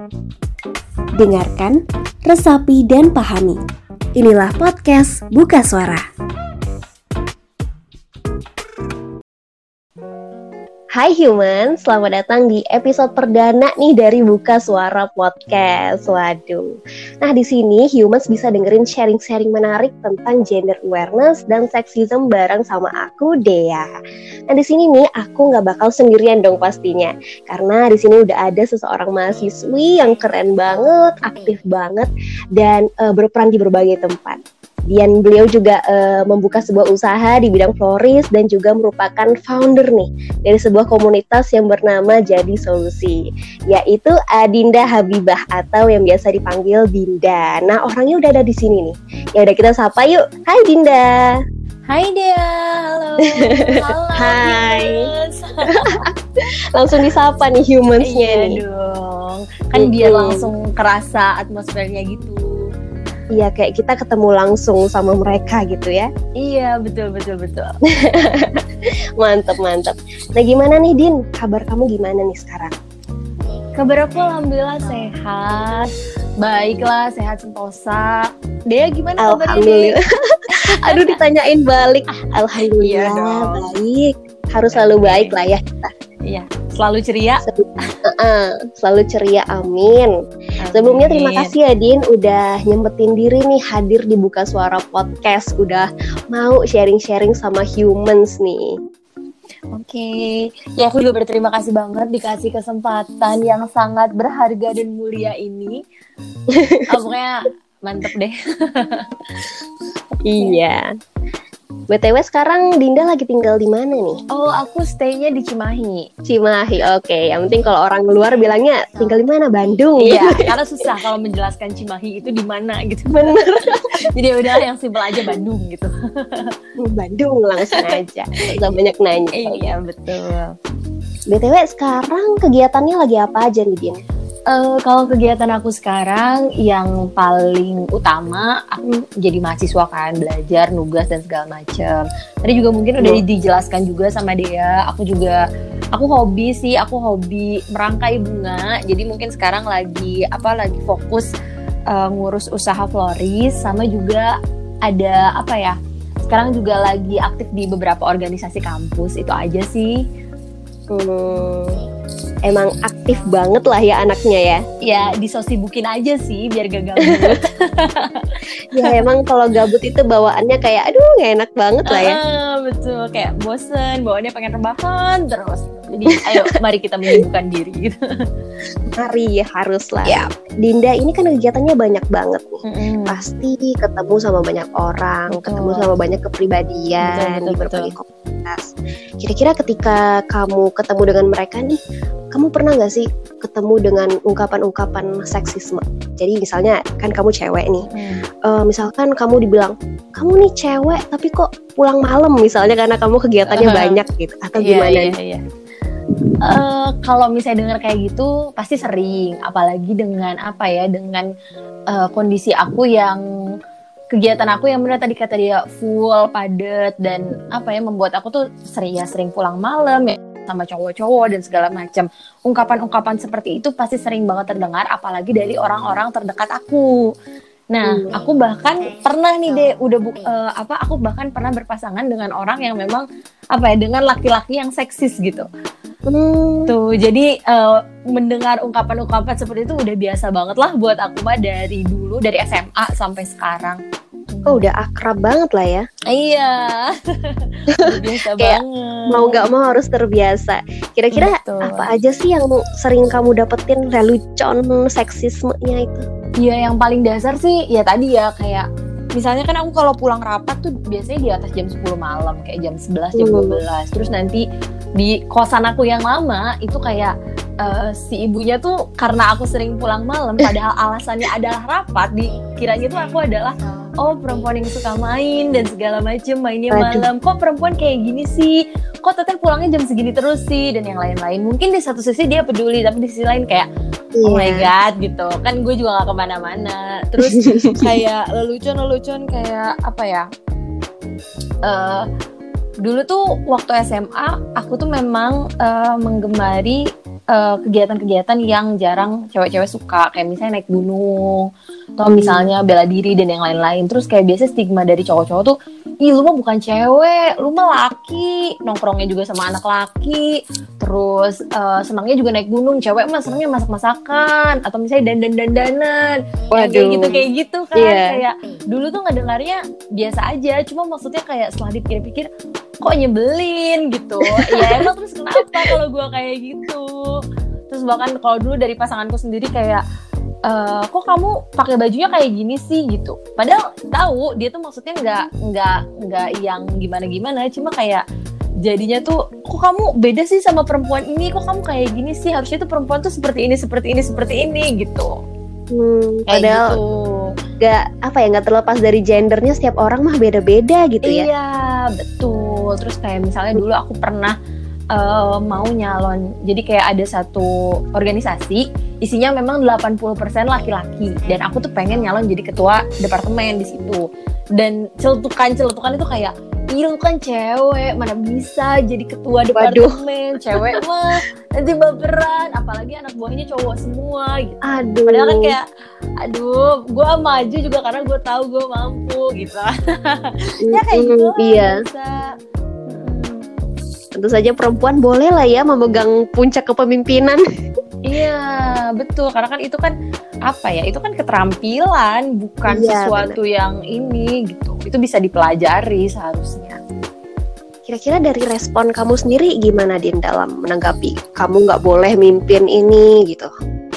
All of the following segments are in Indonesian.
Dengarkan, resapi, dan pahami. Inilah podcast Buka Suara. Hai Human, selamat datang di episode perdana nih dari Buka Suara Podcast. Waduh. Nah, di sini Humans bisa dengerin sharing-sharing menarik tentang gender awareness dan sexism bareng sama aku, Dea. Nah, di sini nih aku nggak bakal sendirian dong pastinya, karena di sini udah ada seseorang mahasiswi yang keren banget, aktif banget, dan berperan di berbagai tempat. Dan beliau juga membuka sebuah usaha di bidang florist dan juga merupakan founder nih dari sebuah komunitas yang bernama Jadi Solusi, yaitu Adinda Habibah atau yang biasa dipanggil Dinda. Nah, orangnya udah ada di sini nih. Ya udah kita sapa yuk. Hai Dinda. Hai Dea, halo. Halo. Hai. Langsung disapa nih Humans-nya nih. Iya dong. Kan biar langsung kerasa atmosfernya gitu. Iya, kayak kita ketemu langsung sama mereka gitu ya. Iya, betul. Mantap. Nah, gimana nih Din? Kabar kamu gimana nih sekarang? Kabar aku alhamdulillah sehat. Baiklah, sehat sentosa. Dea gimana kabarnya? Alhamdulillah. Aduh, ditanyain balik. Alhamdulillah, Iya baik. Harus selalu baik lah ya kita. Iya, selalu ceria. Selalu ceria, amin. Sebelumnya terima kasih ya Din udah nyempetin diri nih hadir di Buka Suara Podcast. Udah mau sharing-sharing sama Humans nih. Oke. Ya aku juga berterima kasih banget dikasih kesempatan yang sangat berharga dan mulia ini. Pokoknya mantep deh. Iya. BTW sekarang Dinda lagi tinggal di mana nih? Oh, aku stay-nya di Cimahi. Cimahi, oke. Yang penting kalau orang luar bilangnya tinggal di mana? Bandung. Iya, karena susah kalau menjelaskan Cimahi itu di mana gitu. Bener. Jadi udah yang simpel aja Bandung gitu. Bandung langsung aja. Gak banyak nanya. Iya, betul. BTW sekarang kegiatannya lagi apa aja nih Din? Kalau kegiatan aku sekarang yang paling utama aku jadi mahasiswa kan, belajar, nugas dan segala macam. Tadi juga mungkin udah dijelaskan juga sama Dea. Aku hobi merangkai bunga. Jadi mungkin sekarang lagi fokus ngurus usaha florist, sama juga ada sekarang juga lagi aktif di beberapa organisasi kampus. Itu aja sih. Emang aktif banget lah ya anaknya ya. Ya disosibukin aja sih biar gak gabut. Ya emang kalau gabut itu bawaannya kayak aduh gak enak banget lah ya. Betul, kayak bosen, bawaannya pengen rebahan terus. Jadi ayo mari kita menyibukkan diri gitu. Mari, harus lah. Ya. Dinda ini kan kegiatannya banyak banget nih. Pasti ketemu sama banyak orang, ketemu sama banyak kepribadian di berbagai komunitas. Kira-kira ketika kamu ketemu dengan mereka nih, kamu pernah gak sih ketemu dengan ungkapan-ungkapan seksisme? Jadi misalnya kan kamu cewek nih, misalkan kamu dibilang, kamu nih cewek tapi kok pulang malam misalnya karena kamu kegiatannya banyak gitu, atau gimana? Iya. Kalau misalnya dengar kayak gitu pasti sering, apalagi dengan kondisi aku yang kegiatan aku yang benar tadi kata dia full padat dan membuat aku tuh sering pulang malam ya sama cowok-cowok dan segala macam. Ungkapan-ungkapan seperti itu pasti sering banget terdengar, apalagi dari orang-orang terdekat aku. Nah, aku bahkan pernah nih aku bahkan pernah berpasangan dengan orang yang memang dengan laki-laki yang seksis gitu. Tuh, jadi mendengar ungkapan-ungkapan seperti itu udah biasa banget lah buat aku mah dari dulu, dari SMA sampai sekarang. Oh, udah akrab banget lah ya. Iya. Biasa kayak banget. Mau gak mau harus terbiasa. Kira-kira apa aja sih yang sering kamu dapetin lelucon seksismenya itu? Iya, yang paling dasar sih ya tadi ya, kayak misalnya kan aku kalau pulang rapat tuh biasanya di atas jam 10 malam, kayak jam 11, jam 12. Terus nanti di kosan aku yang lama itu kayak si ibunya tuh karena aku sering pulang malam, padahal alasannya adalah rapat, dikiranya tuh aku adalah perempuan yang suka main dan segala macem, mainnya malam. Kok perempuan kayak gini sih? Kok teteh pulangnya jam segini terus sih? Dan yang lain-lain. Mungkin di satu sisi dia peduli, tapi di sisi lain kayak oh my god gitu. Kan gue juga gak kemana-mana. Terus kayak lelucon kayak dulu tuh waktu SMA aku tuh memang menggemari kegiatan-kegiatan yang jarang cewek-cewek suka, kayak misalnya naik gunung atau misalnya bela diri dan yang lain-lain. Terus kayak biasa stigma dari cowok-cowok tuh, ih lu mah bukan cewek, lu mah laki, nongkrongnya juga sama anak laki, terus senangnya juga naik gunung, cewek mah senangnya masak-masakan atau misalnya dandan-dandanan. Waduh. Kayak gitu kan. Iya. Kayak dulu tuh ngedengarnya biasa aja, cuma maksudnya kayak setelah dipikir-pikir kok nyebelin gitu. Ya emang terus kenapa kalau gue kayak gitu. Terus bahkan kalau dulu dari pasanganku sendiri kayak kok kamu pakai bajunya kayak gini sih gitu. Padahal tahu dia tuh maksudnya nggak yang gimana-gimana, cuma kayak jadinya tuh kok kamu beda sih sama perempuan ini, kok kamu kayak gini sih, harusnya tuh perempuan tuh seperti ini gitu. Padahal gitu. nggak terlepas dari gendernya, setiap orang mah beda-beda gitu ya. Iya betul. Terus kayak misalnya dulu aku pernah mau nyalon, jadi kayak ada satu organisasi isinya memang 80% laki-laki dan aku tuh pengen nyalon jadi ketua departemen di situ. Dan celetukan itu kayak, ih lu kan cewek, mana bisa jadi ketua departemen. Cewek mah nanti baperan, apalagi anak buahnya cowok semua gitu. Padahal kan kayak gue maju juga karena gue tahu gue mampu gitu. Ya kayak gitu. Iya. Tentu saja perempuan boleh lah ya memegang puncak kepemimpinan. Iya betul, karena kan itu kan apa ya, itu kan keterampilan, bukan sesuatu yang ini gitu. Itu bisa dipelajari seharusnya. Kira-kira dari respon kamu sendiri gimana Din dalam menanggapi kamu nggak boleh mimpin ini gitu?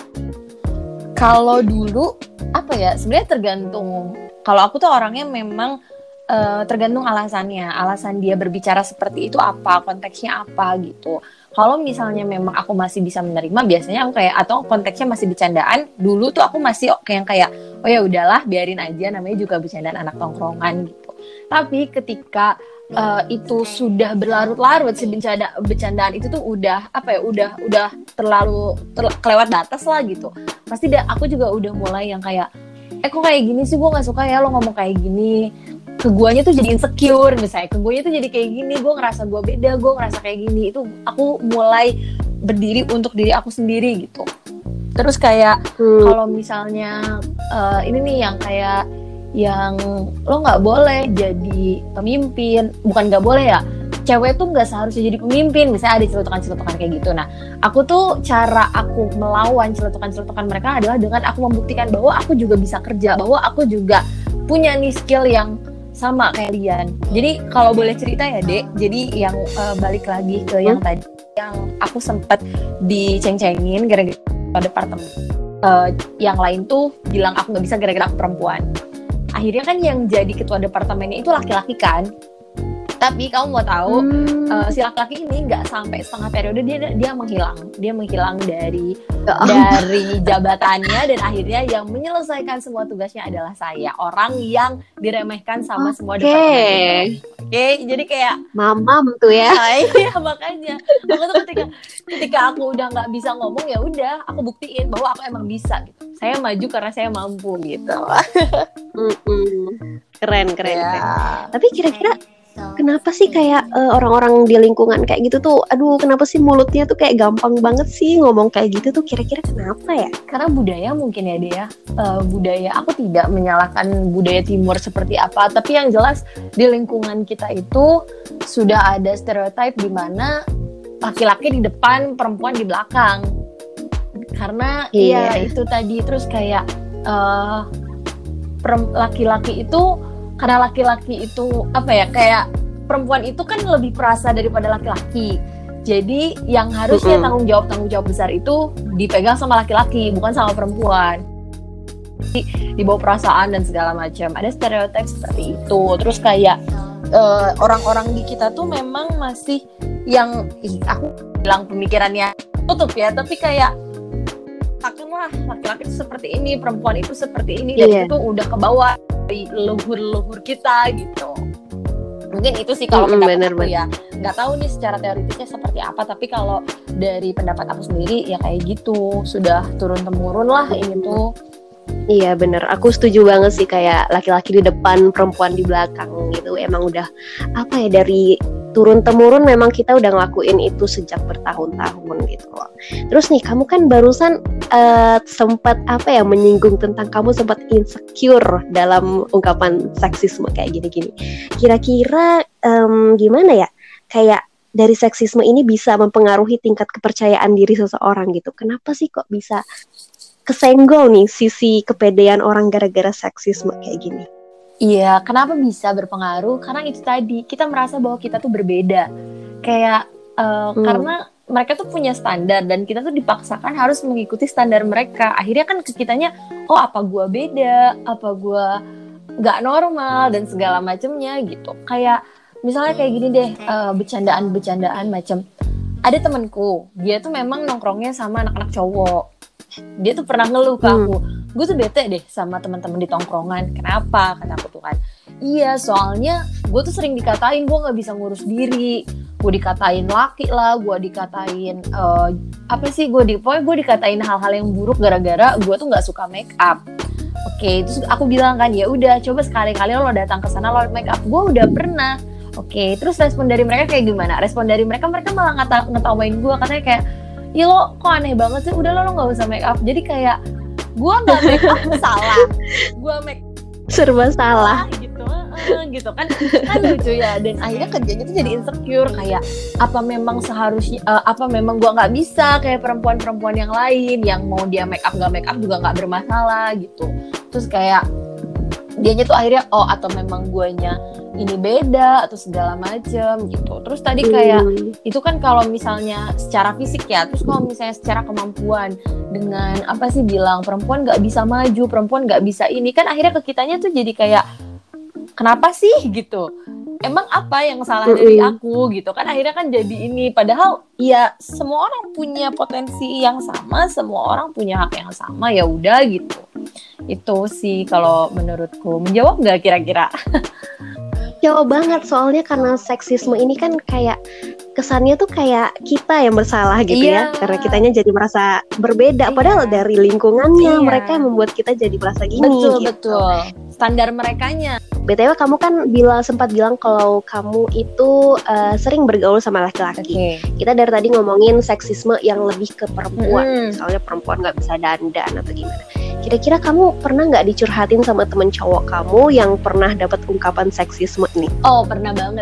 Kalau dulu apa ya, sebenarnya tergantung. Kalau aku tuh orangnya memang tergantung alasannya, alasan dia berbicara seperti itu apa, konteksnya apa gitu. Kalau misalnya memang aku masih bisa menerima, biasanya aku kayak, atau konteksnya masih bercandaan, dulu tuh aku masih kayak oh ya udahlah biarin aja, namanya juga bercandaan anak tongkrongan gitu. Tapi ketika itu sudah berlarut-larut, si bercandaan itu tuh udah terlalu kelewat batas lah gitu. Pasti aku juga udah mulai yang kayak, kok kayak gini sih, gue nggak suka ya lo ngomong kayak gini. Ke guanya tuh jadi insecure misalnya, ke guanya tuh jadi kayak gini, gue ngerasa gue beda, gue ngerasa kayak gini. Itu aku mulai berdiri untuk diri aku sendiri gitu. Terus kayak kalau misalnya ini nih yang kayak yang lo nggak boleh jadi pemimpin, bukan nggak boleh ya, cewek tuh nggak seharusnya jadi pemimpin, misalnya ada celetukan kayak gitu. Nah aku tuh, cara aku melawan celetukan mereka adalah dengan aku membuktikan bahwa aku juga bisa kerja, bahwa aku juga punya nih skill yang sama kayak kalian. Jadi kalau boleh cerita ya Dek, jadi yang balik lagi ke yang tadi, yang aku sempat diceng-cengin gara-gara departemen, yang lain tuh bilang aku nggak bisa gara-gara aku perempuan. Akhirnya kan yang jadi ketua departemennya itu laki-laki kan. Tapi kamu mau tahu, si laki-laki ini nggak sampai setengah periode dia menghilang dari jabatannya, dan akhirnya yang menyelesaikan semua tugasnya adalah saya, orang yang diremehkan sama semua departemen. Oke, jadi kayak mamam tuh ya. Iya makanya aku tuh ketika aku udah nggak bisa ngomong, ya udah aku buktiin bahwa aku emang bisa gitu. Saya maju karena saya mampu gitu. Keren. Tapi kira-kira kenapa sih kayak orang-orang di lingkungan kayak gitu tuh, aduh kenapa sih mulutnya tuh kayak gampang banget sih ngomong kayak gitu tuh, kira-kira kenapa ya? Karena budaya mungkin ya dia, budaya, aku tidak menyalahkan budaya timur seperti apa, tapi yang jelas di lingkungan kita itu sudah ada stereotip di mana laki-laki di depan, perempuan di belakang. Karena ya itu tadi, terus kayak laki-laki itu, karena laki-laki itu apa ya, kayak perempuan itu kan lebih perasa daripada laki-laki. Jadi yang harusnya tanggung jawab besar itu dipegang sama laki-laki, bukan sama perempuan. Dibawa perasaan dan segala macam. Ada stereotip seperti itu. Terus kayak orang-orang di kita tuh memang masih yang, aku bilang pemikirannya tutup ya, tapi kayak takkanlah laki-laki itu seperti ini, perempuan itu seperti ini, dan itu udah kebawa dari leluhur kita gitu. Mungkin itu sih kalau pendapat aku ya. Nggak tahu nih secara teoritisnya seperti apa, tapi kalau dari pendapat aku sendiri ya kayak gitu, sudah turun temurun lah ini tuh. Iya bener, aku setuju banget sih, kayak laki-laki di depan, perempuan di belakang gitu. Emang udah apa ya, dari turun-temurun memang kita udah ngelakuin itu sejak bertahun-tahun gitu loh. Terus nih kamu kan barusan sempat menyinggung tentang kamu sempat insecure dalam ungkapan seksisme kayak gini-gini. Kira-kira gimana ya? Kayak dari seksisme ini bisa mempengaruhi tingkat kepercayaan diri seseorang gitu. Kenapa sih kok bisa kesenggol nih sisi kepedean orang gara-gara seksisme kayak gini? Iya, kenapa bisa berpengaruh? Karena itu tadi, kita merasa bahwa kita tuh berbeda. Kayak karena mereka tuh punya standar dan kita tuh dipaksakan harus mengikuti standar mereka. Akhirnya kan ke kitanya, oh apa gua beda, apa gua gak normal dan segala macemnya gitu. Kayak misalnya kayak gini deh, bercandaan macam ada temanku, dia tuh memang nongkrongnya sama anak-anak cowok. Dia tuh pernah ngeluh ke aku, gue tuh bete deh sama teman-teman di tongkrongan. Kenapa? Kata aku tuh kan, iya soalnya gue tuh sering dikatain gue nggak bisa ngurus diri, gue dikatain laki lah, gue dikatain pokoknya gue dikatain hal-hal yang buruk gara-gara gue tuh nggak suka make up. Oke, terus aku bilang kan, ya udah coba sekali-kali lo datang ke sana lo make up. Gue udah pernah. Oke, terus respon dari mereka kayak gimana? Respon dari mereka malah ngetawain gue, katanya kayak, ya lo kok aneh banget sih, udah lo gak usah make up. Jadi kayak gue gak make up salah, gue make serba salah gitu kan lucu ya. Dan akhirnya kerjanya tuh jadi insecure, kayak apa memang seharusnya apa memang gue nggak bisa kayak perempuan-perempuan yang lain yang mau dia make up juga nggak bermasalah gitu. Terus kayak dianya tuh akhirnya atau memang guanya ini beda atau segala macem gitu. Terus tadi kayak itu kan kalau misalnya secara fisik ya. Terus kalau misalnya secara kemampuan dengan bilang perempuan nggak bisa maju, perempuan nggak bisa ini, kan akhirnya ke kitanya tuh jadi kayak kenapa sih gitu? Emang apa yang salah dari aku gitu kan? Akhirnya kan jadi ini. Padahal ya semua orang punya potensi yang sama, semua orang punya hak yang sama, ya udah gitu. Itu sih kalau menurutku. Menjawab nggak kira-kira? Jawab banget, soalnya karena seksisme ini kan kayak kesannya tuh kayak kita yang bersalah gitu ya, karena kitanya jadi merasa berbeda, padahal dari lingkungannya mereka yang membuat kita jadi merasa gini. Betul. Standar merekanya. BTW kamu kan sempat bilang kalau kamu itu sering bergaul sama laki-laki. Kita dari tadi ngomongin seksisme yang lebih ke perempuan, misalnya perempuan nggak bisa dandan atau gimana. Kira-kira kamu pernah nggak dicurhatin sama temen cowok kamu yang pernah dapat ungkapan seksisme nih? Oh, pernah banget.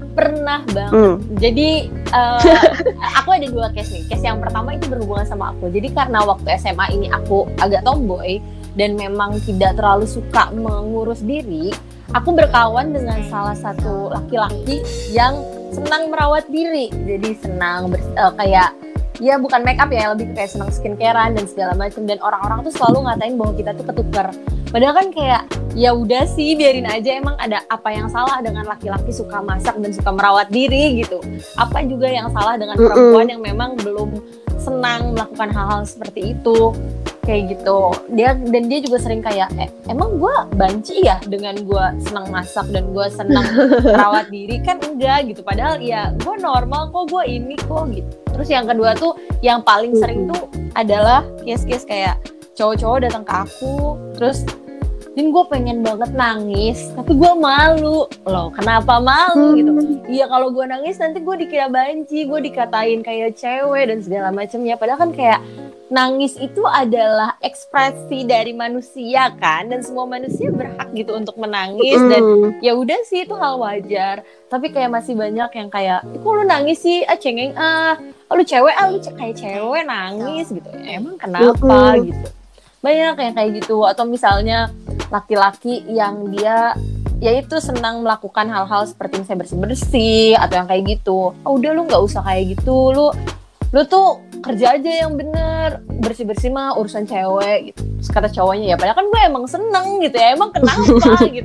Jadi aku ada 2 case nih. Case yang pertama itu berhubungan sama aku. Jadi karena waktu SMA ini aku agak tomboy dan memang tidak terlalu suka mengurus diri, aku berkawan dengan salah satu laki-laki yang senang merawat diri. Jadi senang kayak ya bukan make up ya, lebih kayak senang skincarean dan segala macam. Dan orang-orang tuh selalu ngatain bahwa kita tuh ketuker. Padahal kan kayak ya udah sih biarin aja, emang ada apa yang salah dengan laki-laki suka masak dan suka merawat diri gitu? Apa juga yang salah dengan perempuan yang memang belum senang melakukan hal-hal seperti itu? Kayak gitu. Dia juga sering kayak emang gue banci ya dengan gue senang masak dan gue senang merawat diri? Kan enggak gitu. Padahal ya gue normal kok, gue ini kok gitu. Terus yang kedua tuh yang paling sering tuh adalah case-case kayak cowok-cowok datang ke aku terus dan gue pengen banget nangis tapi gue malu. Loh kenapa malu gitu? Iya kalau gue nangis nanti gue dikira banci, gue dikatain kayak cewek dan segala macamnya. Padahal kan kayak nangis itu adalah ekspresi dari manusia kan, dan semua manusia berhak gitu untuk menangis. Dan ya udah sih itu hal wajar. Tapi kayak masih banyak yang kayak kok lu nangis sih, cengeng lu cewek, lu kayak cewek nangis gitu. Emang kenapa gitu? Banyak yang kayak gitu. Atau misalnya laki-laki yang dia yaitu senang melakukan hal-hal seperti misalnya bersih-bersih atau yang kayak gitu. Udah lu nggak usah kayak gitu, lu tuh kerja aja yang bener, bersih-bersih mah urusan cewek gitu. Terus kata cowoknya, ya padahal kan gue emang seneng gitu ya, emang kenapa gitu.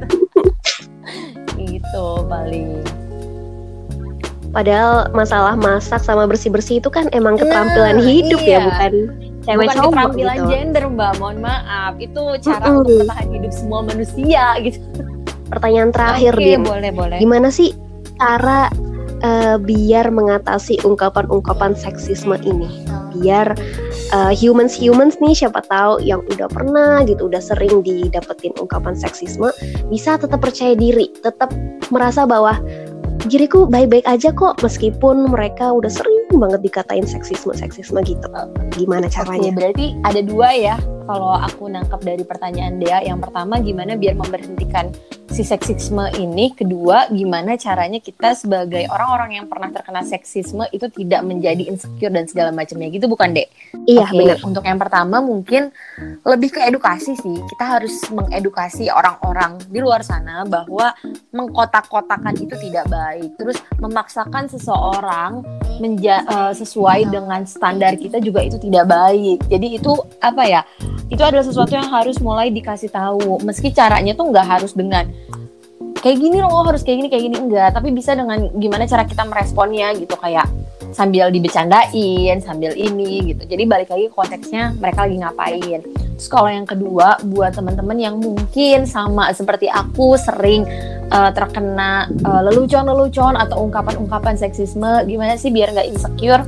Gitu paling. Padahal masalah masak sama bersih-bersih itu kan emang keterampilan hidup ya, bukan cewek cowok keterampilan gitu. Gender Mbak, mohon maaf. Itu cara untuk bertahan hidup semua manusia gitu. Pertanyaan terakhir, Dim. Boleh. Gimana sih cara biar mengatasi ungkapan-ungkapan seksisme ini, biar humans nih siapa tahu yang udah pernah gitu, udah sering didapetin ungkapan seksisme, bisa tetap percaya diri, tetap merasa bahwa diriku baik-baik aja kok meskipun mereka udah sering banget dikatain seksisme gitu. Gimana caranya? Oke, berarti ada dua ya kalau aku nangkap dari pertanyaan Dea. Yang pertama, gimana biar memberhentikan si seksisme ini. Kedua, gimana caranya kita sebagai orang-orang yang pernah terkena seksisme itu tidak menjadi insecure dan segala macamnya gitu, bukan Dek? Iya, Oke, benar. untuk yang pertama mungkin lebih ke edukasi sih. Kita harus mengedukasi orang-orang di luar sana bahwa mengkotak-kotakan itu tidak baik. Terus memaksakan seseorang sesuai dengan standar kita juga itu tidak baik. Jadi itu apa ya? Itu adalah sesuatu yang harus mulai dikasih tahu. Meski caranya tuh nggak harus dengan kayak gini loh, harus kayak gini enggak, tapi bisa dengan gimana cara kita meresponnya gitu, kayak sambil dibecandain, sambil ini gitu. Jadi balik lagi ke konteksnya mereka lagi ngapain. Terus kalau yang kedua, buat teman-teman yang mungkin sama seperti aku sering terkena lelucon atau ungkapan-ungkapan seksisme, gimana sih biar nggak insecure?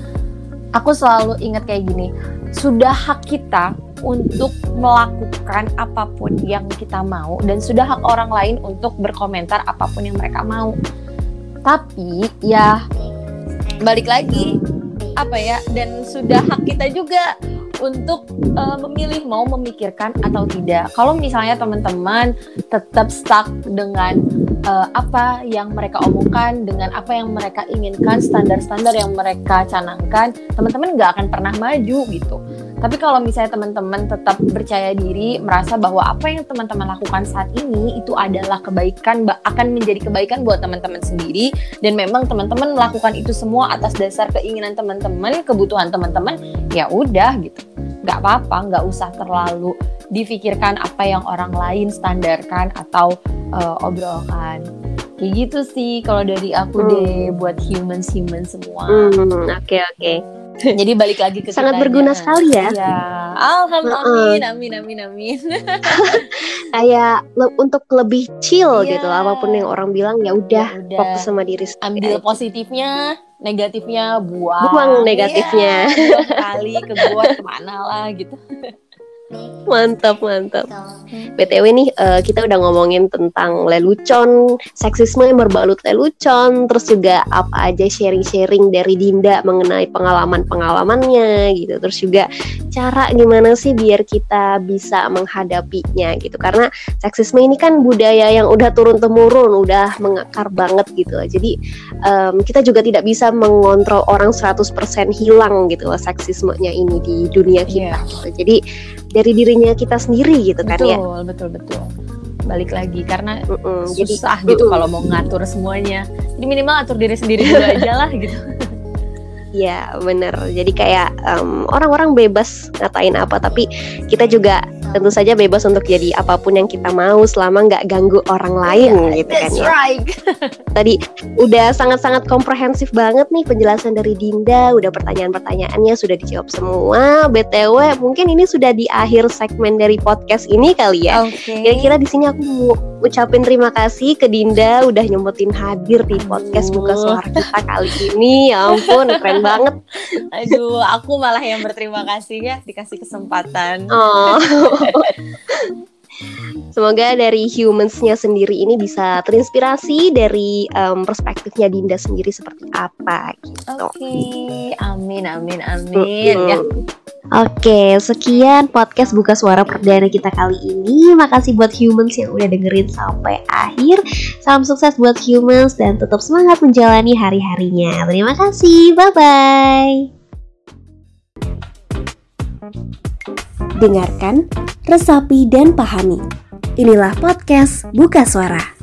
Aku selalu ingat kayak gini, sudah hak kita untuk melakukan apapun yang kita mau, dan sudah hak orang lain untuk berkomentar apapun yang mereka mau. Tapi ya balik lagi apa ya, dan sudah hak kita juga untuk memilih mau memikirkan atau tidak. Kalau misalnya teman-teman tetap stuck dengan apa yang mereka omongkan, dengan apa yang mereka inginkan, standar-standar yang mereka canangkan, teman-teman nggak akan pernah maju gitu. Tapi kalau misalnya teman-teman tetap percaya diri, merasa bahwa apa yang teman-teman lakukan saat ini itu adalah kebaikan, akan menjadi kebaikan buat teman-teman sendiri, dan memang teman-teman melakukan itu semua atas dasar keinginan teman-teman, kebutuhan teman-teman, ya udah gitu. Nggak apa-apa, nggak usah terlalu difikirkan apa yang orang lain standarkan atau obrolkan. Kayak gitu sih kalau dari aku deh, buat humans semua. Oke. Jadi balik lagi ke sangat kitanya. Berguna sekali ya. Ya, alhamdulillah, amin. Kayak untuk lebih chill gitu, apapun yang orang bilang ya udah fokus sama diri sendiri. Ambil positifnya, negatifnya buang negatifnya. Buang kali ke gua kemana lah gitu. Mantap. BTW nih, kita udah ngomongin tentang lelucon, seksisme yang berbalut lelucon, terus juga apa aja sharing-sharing dari Dinda mengenai pengalaman-pengalamannya gitu. Terus juga cara gimana sih biar kita bisa menghadapinya gitu. Karena seksisme ini kan budaya yang udah turun-temurun, udah mengakar banget gitu. Jadi kita juga tidak bisa mengontrol orang 100% hilang gitu seksismenya ini di dunia kita gitu. Jadi dari dirinya kita sendiri gitu kan ya. Betul. Balik lagi karena susah gitu kalau mau ngatur semuanya. Jadi minimal atur diri sendiri dulu aja lah gitu. Iya bener. Jadi kayak orang-orang bebas ngatain apa, tapi kita juga tentu saja bebas untuk jadi apapun yang kita mau selama nggak ganggu orang lain gitu kan ya. Right. Tadi udah sangat-sangat komprehensif banget nih penjelasan dari Dinda, udah pertanyaan-pertanyaannya sudah dijawab semua. BTW mungkin ini sudah di akhir segmen dari podcast ini kali ya. Kira-kira di sini aku mau ucapin terima kasih ke Dinda udah nyempetin hadir di podcast Buka Suara kita kali ini. Ya ampun, keren banget. Aduh, aku malah yang berterima kasih ya dikasih kesempatan. Semoga dari humans-nya sendiri ini bisa terinspirasi dari perspektifnya Dinda sendiri seperti apa gitu. Amin. Ya. Oke, sekian podcast Buka Suara perdana kita kali ini. Makasih buat humans yang udah dengerin sampai akhir. Salam sukses buat humans dan tetap semangat menjalani hari-harinya. Terima kasih, bye-bye. Dengarkan, resapi, dan pahami. Inilah podcast Buka Suara.